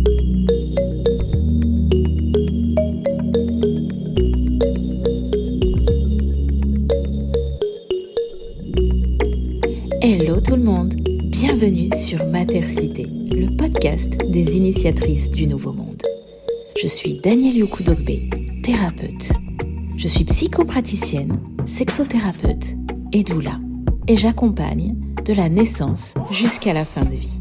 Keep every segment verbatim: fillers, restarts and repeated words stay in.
Hello tout le monde, bienvenue sur Matercité, le podcast des initiatrices du Nouveau Monde. Je suis Danielle Youkoudogbé, thérapeute. Je suis psychopraticienne, sexothérapeute et doula, et j'accompagne de la naissance jusqu'à la fin de vie.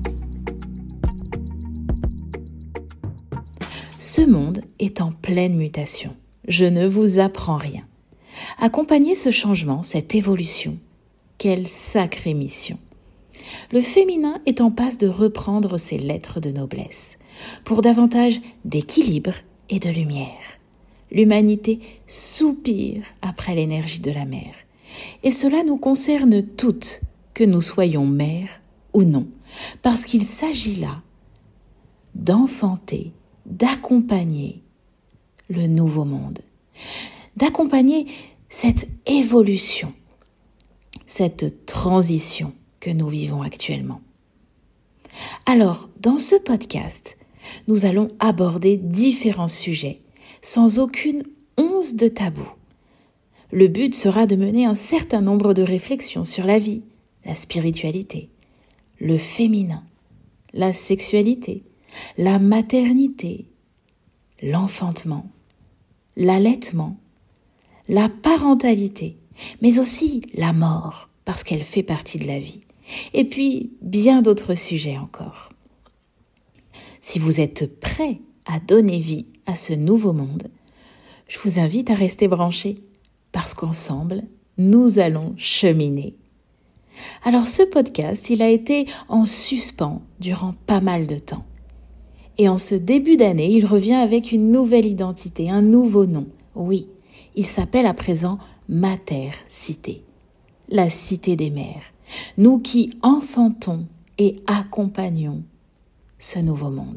Ce monde est en pleine mutation. Je ne vous apprends rien. Accompagnez ce changement, cette évolution. Quelle sacrée mission! Le féminin est en passe de reprendre ses lettres de noblesse pour davantage d'équilibre et de lumière. L'humanité soupire après l'énergie de la mère. Et cela nous concerne toutes, que nous soyons mères ou non, parce qu'il s'agit là d'enfanter, d'accompagner le nouveau monde, d'accompagner cette évolution, cette transition que nous vivons actuellement. Alors, dans ce podcast, nous allons aborder différents sujets sans aucune once de tabou. Le but sera de mener un certain nombre de réflexions sur la vie, la spiritualité, le féminin, la sexualité, la maternité, l'enfantement, l'allaitement, la parentalité, mais aussi la mort, parce qu'elle fait partie de la vie, et puis bien d'autres sujets encore. Si vous êtes prêts à donner vie à ce nouveau monde, je vous invite à rester branchés, parce qu'ensemble, nous allons cheminer. Alors ce podcast, il a été en suspens durant pas mal de temps. Et en ce début d'année, il revient avec une nouvelle identité, un nouveau nom. Oui, il s'appelle à présent Matercité, la cité des mères. Nous qui enfantons et accompagnons ce nouveau monde.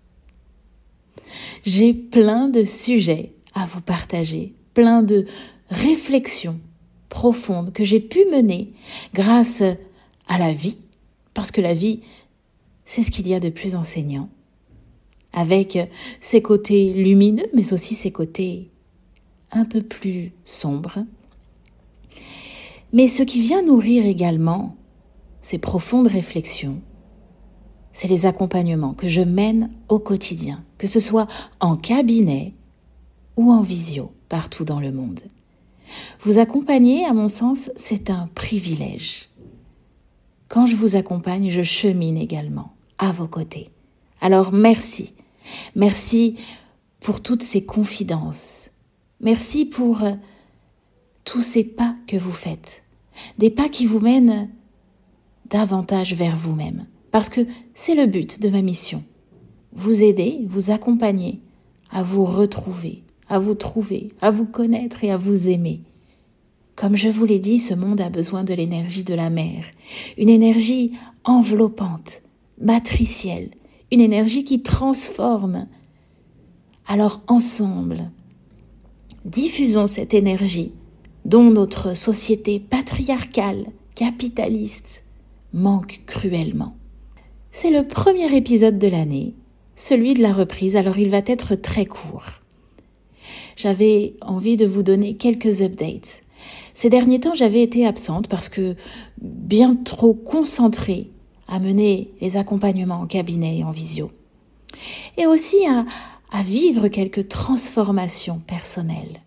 J'ai plein de sujets à vous partager, plein de réflexions profondes que j'ai pu mener grâce à la vie, parce que la vie, c'est ce qu'il y a de plus enseignant, avec ses côtés lumineux, mais aussi ses côtés un peu plus sombres. Mais ce qui vient nourrir également ces profondes réflexions, c'est les accompagnements que je mène au quotidien, que ce soit en cabinet ou en visio, partout dans le monde. Vous accompagner, à mon sens, c'est un privilège. Quand je vous accompagne, je chemine également à vos côtés. Alors merci, merci pour toutes ces confidences, merci pour euh, tous ces pas que vous faites, des pas qui vous mènent davantage vers vous-même, parce que c'est le but de ma mission, vous aider, vous accompagner à vous retrouver, à vous trouver, à vous connaître et à vous aimer. Comme je vous l'ai dit, ce monde a besoin de l'énergie de la mère, une énergie enveloppante, matricielle, une énergie qui transforme. Alors ensemble, diffusons cette énergie dont notre société patriarcale, capitaliste, manque cruellement. C'est le premier épisode de l'année, celui de la reprise, alors il va être très court. J'avais envie de vous donner quelques updates. Ces derniers temps, j'avais été absente parce que bien trop concentrée à mener les accompagnements en cabinet et en visio. Et aussi à, à vivre quelques transformations personnelles.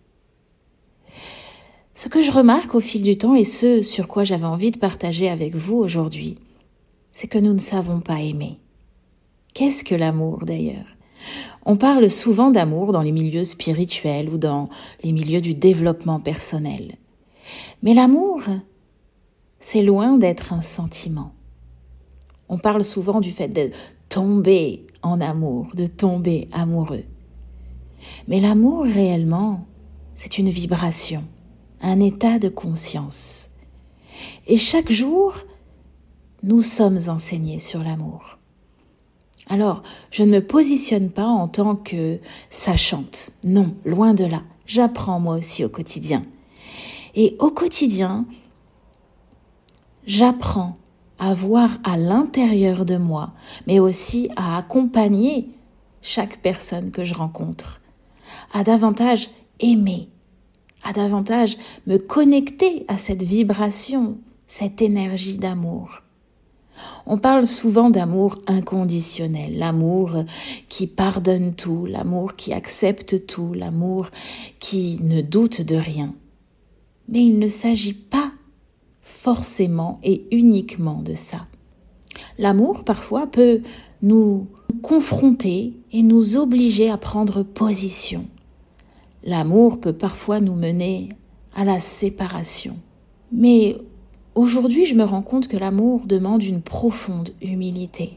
Ce que je remarque au fil du temps et ce sur quoi j'avais envie de partager avec vous aujourd'hui, c'est que nous ne savons pas aimer. Qu'est-ce que l'amour d'ailleurs ? On parle souvent d'amour dans les milieux spirituels ou dans les milieux du développement personnel. Mais l'amour, c'est loin d'être un sentiment. On parle souvent du fait de tomber en amour, de tomber amoureux. Mais l'amour réellement, c'est une vibration, un état de conscience. Et chaque jour, nous sommes enseignés sur l'amour. Alors, je ne me positionne pas en tant que sachante. Non, loin de là. J'apprends moi aussi au quotidien. Et au quotidien, j'apprends à voir à l'intérieur de moi, mais aussi à accompagner chaque personne que je rencontre, à davantage aimer, à davantage me connecter à cette vibration, cette énergie d'amour. On parle souvent d'amour inconditionnel, l'amour qui pardonne tout, l'amour qui accepte tout, l'amour qui ne doute de rien. Mais il ne s'agit pas forcément et uniquement de ça. L'amour, parfois, peut nous confronter et nous obliger à prendre position. L'amour peut parfois nous mener à la séparation. Mais aujourd'hui, je me rends compte que l'amour demande une profonde humilité.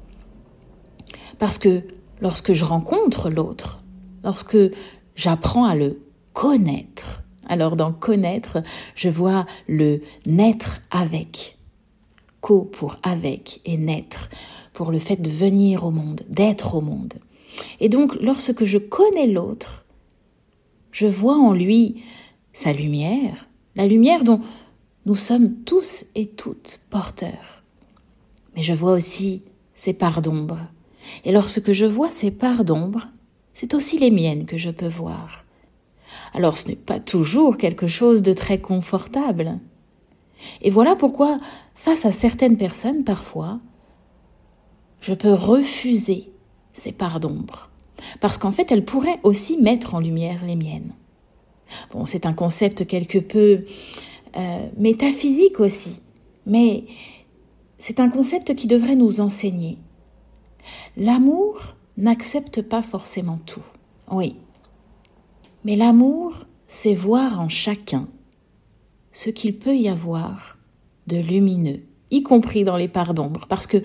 Parce que lorsque je rencontre l'autre, lorsque j'apprends à le connaître, alors dans connaître, je vois le naître avec. Co pour avec et naître, pour le fait de venir au monde, d'être au monde. Et donc, lorsque je connais l'autre, je vois en lui sa lumière, la lumière dont nous sommes tous et toutes porteurs. Mais je vois aussi ses parts d'ombre. Et lorsque je vois ces parts d'ombre, c'est aussi les miennes que je peux voir. Alors ce n'est pas toujours quelque chose de très confortable. Et voilà pourquoi, face à certaines personnes, parfois, je peux refuser ces parts d'ombre. Parce qu'en fait, elles pourraient aussi mettre en lumière les miennes. Bon, c'est un concept quelque peu euh, métaphysique aussi, mais c'est un concept qui devrait nous enseigner. L'amour n'accepte pas forcément tout, oui. Mais l'amour, c'est voir en chacun ce qu'il peut y avoir de lumineux, y compris dans les parts d'ombre, parce que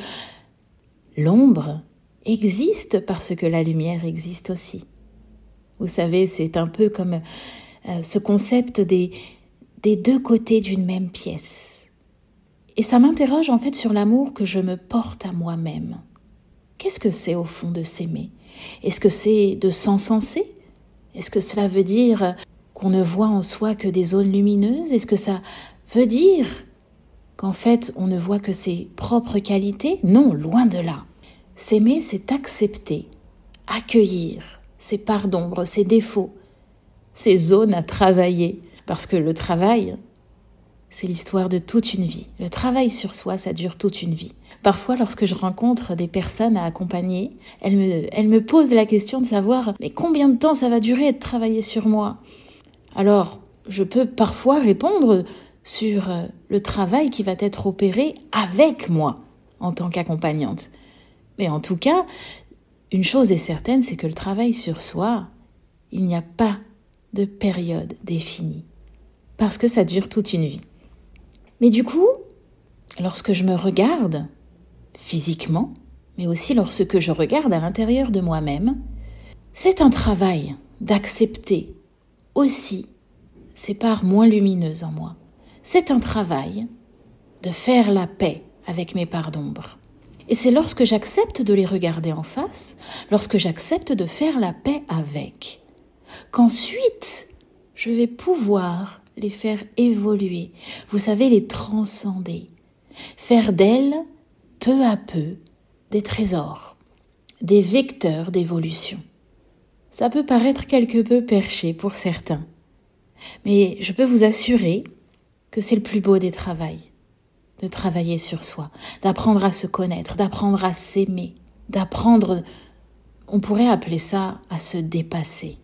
l'ombre existe parce que la lumière existe aussi. Vous savez, c'est un peu comme euh, ce concept des, des deux côtés d'une même pièce. Et ça m'interroge en fait sur l'amour que je me porte à moi-même. Qu'est-ce que c'est au fond de s'aimer ? Est-ce que c'est de s'encenser ? Est-ce que cela veut dire qu'on ne voit en soi que des zones lumineuses ? Est-ce que ça veut dire qu'en fait on ne voit que ses propres qualités ? Non, loin de là. S'aimer, c'est accepter, accueillir ses parts d'ombre, ses défauts, ses zones à travailler. Parce que le travail, c'est l'histoire de toute une vie. Le travail sur soi, ça dure toute une vie. Parfois, lorsque je rencontre des personnes à accompagner, elles me, elles me posent la question de savoir « mais combien de temps ça va durer de travailler sur moi ?» Alors, je peux parfois répondre sur le travail qui va être opéré avec moi en tant qu'accompagnante. Mais en tout cas, une chose est certaine, c'est que le travail sur soi, il n'y a pas de période définie, parce que ça dure toute une vie. Mais du coup, lorsque je me regarde physiquement, mais aussi lorsque je regarde à l'intérieur de moi-même, c'est un travail d'accepter aussi ces parts moins lumineuses en moi. C'est un travail de faire la paix avec mes parts d'ombre. Et c'est lorsque j'accepte de les regarder en face, lorsque j'accepte de faire la paix avec, qu'ensuite je vais pouvoir les faire évoluer, vous savez, les transcender, faire d'elles, peu à peu, des trésors, des vecteurs d'évolution. Ça peut paraître quelque peu perché pour certains, mais je peux vous assurer que c'est le plus beau des travails, de travailler sur soi, d'apprendre à se connaître, d'apprendre à s'aimer, d'apprendre, on pourrait appeler ça, à se dépasser.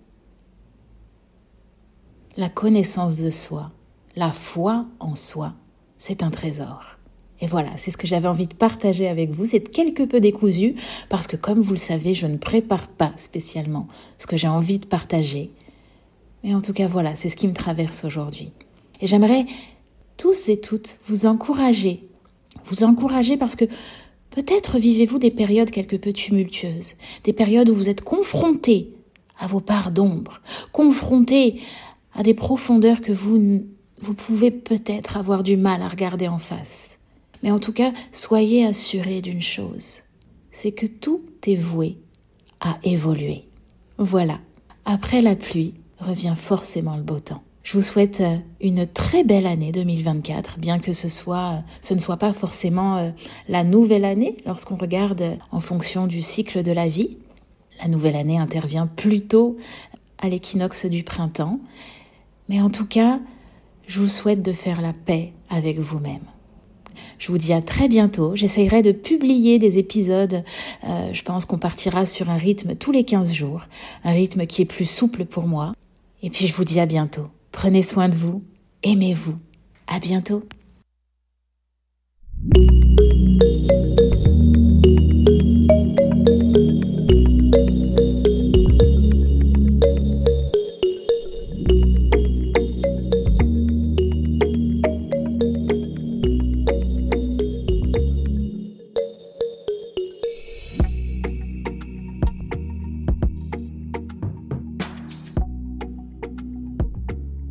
La connaissance de soi, la foi en soi, c'est un trésor. Et voilà, c'est ce que j'avais envie de partager avec vous. C'est quelque peu décousu parce que, comme vous le savez, je ne prépare pas spécialement ce que j'ai envie de partager. Mais en tout cas, voilà, c'est ce qui me traverse aujourd'hui. Et j'aimerais tous et toutes vous encourager. Vous encourager parce que peut-être vivez-vous des périodes quelque peu tumultueuses, des périodes où vous êtes confrontés à vos parts d'ombre, confrontés à des profondeurs que vous, vous pouvez peut-être avoir du mal à regarder en face. Mais en tout cas, soyez assurés d'une chose, c'est que tout est voué à évoluer. Voilà, après la pluie revient forcément le beau temps. Je vous souhaite une très belle année deux mille vingt-quatre, bien que ce soit, ce ne soit pas forcément la nouvelle année lorsqu'on regarde en fonction du cycle de la vie. La nouvelle année intervient plutôt à l'équinoxe du printemps. Mais en tout cas, je vous souhaite de faire la paix avec vous-même. Je vous dis à très bientôt. J'essayerai de publier des épisodes. Euh, je pense qu'on partira sur un rythme tous les quinze jours. Un rythme qui est plus souple pour moi. Et puis je vous dis à bientôt. Prenez soin de vous. Aimez-vous. À bientôt.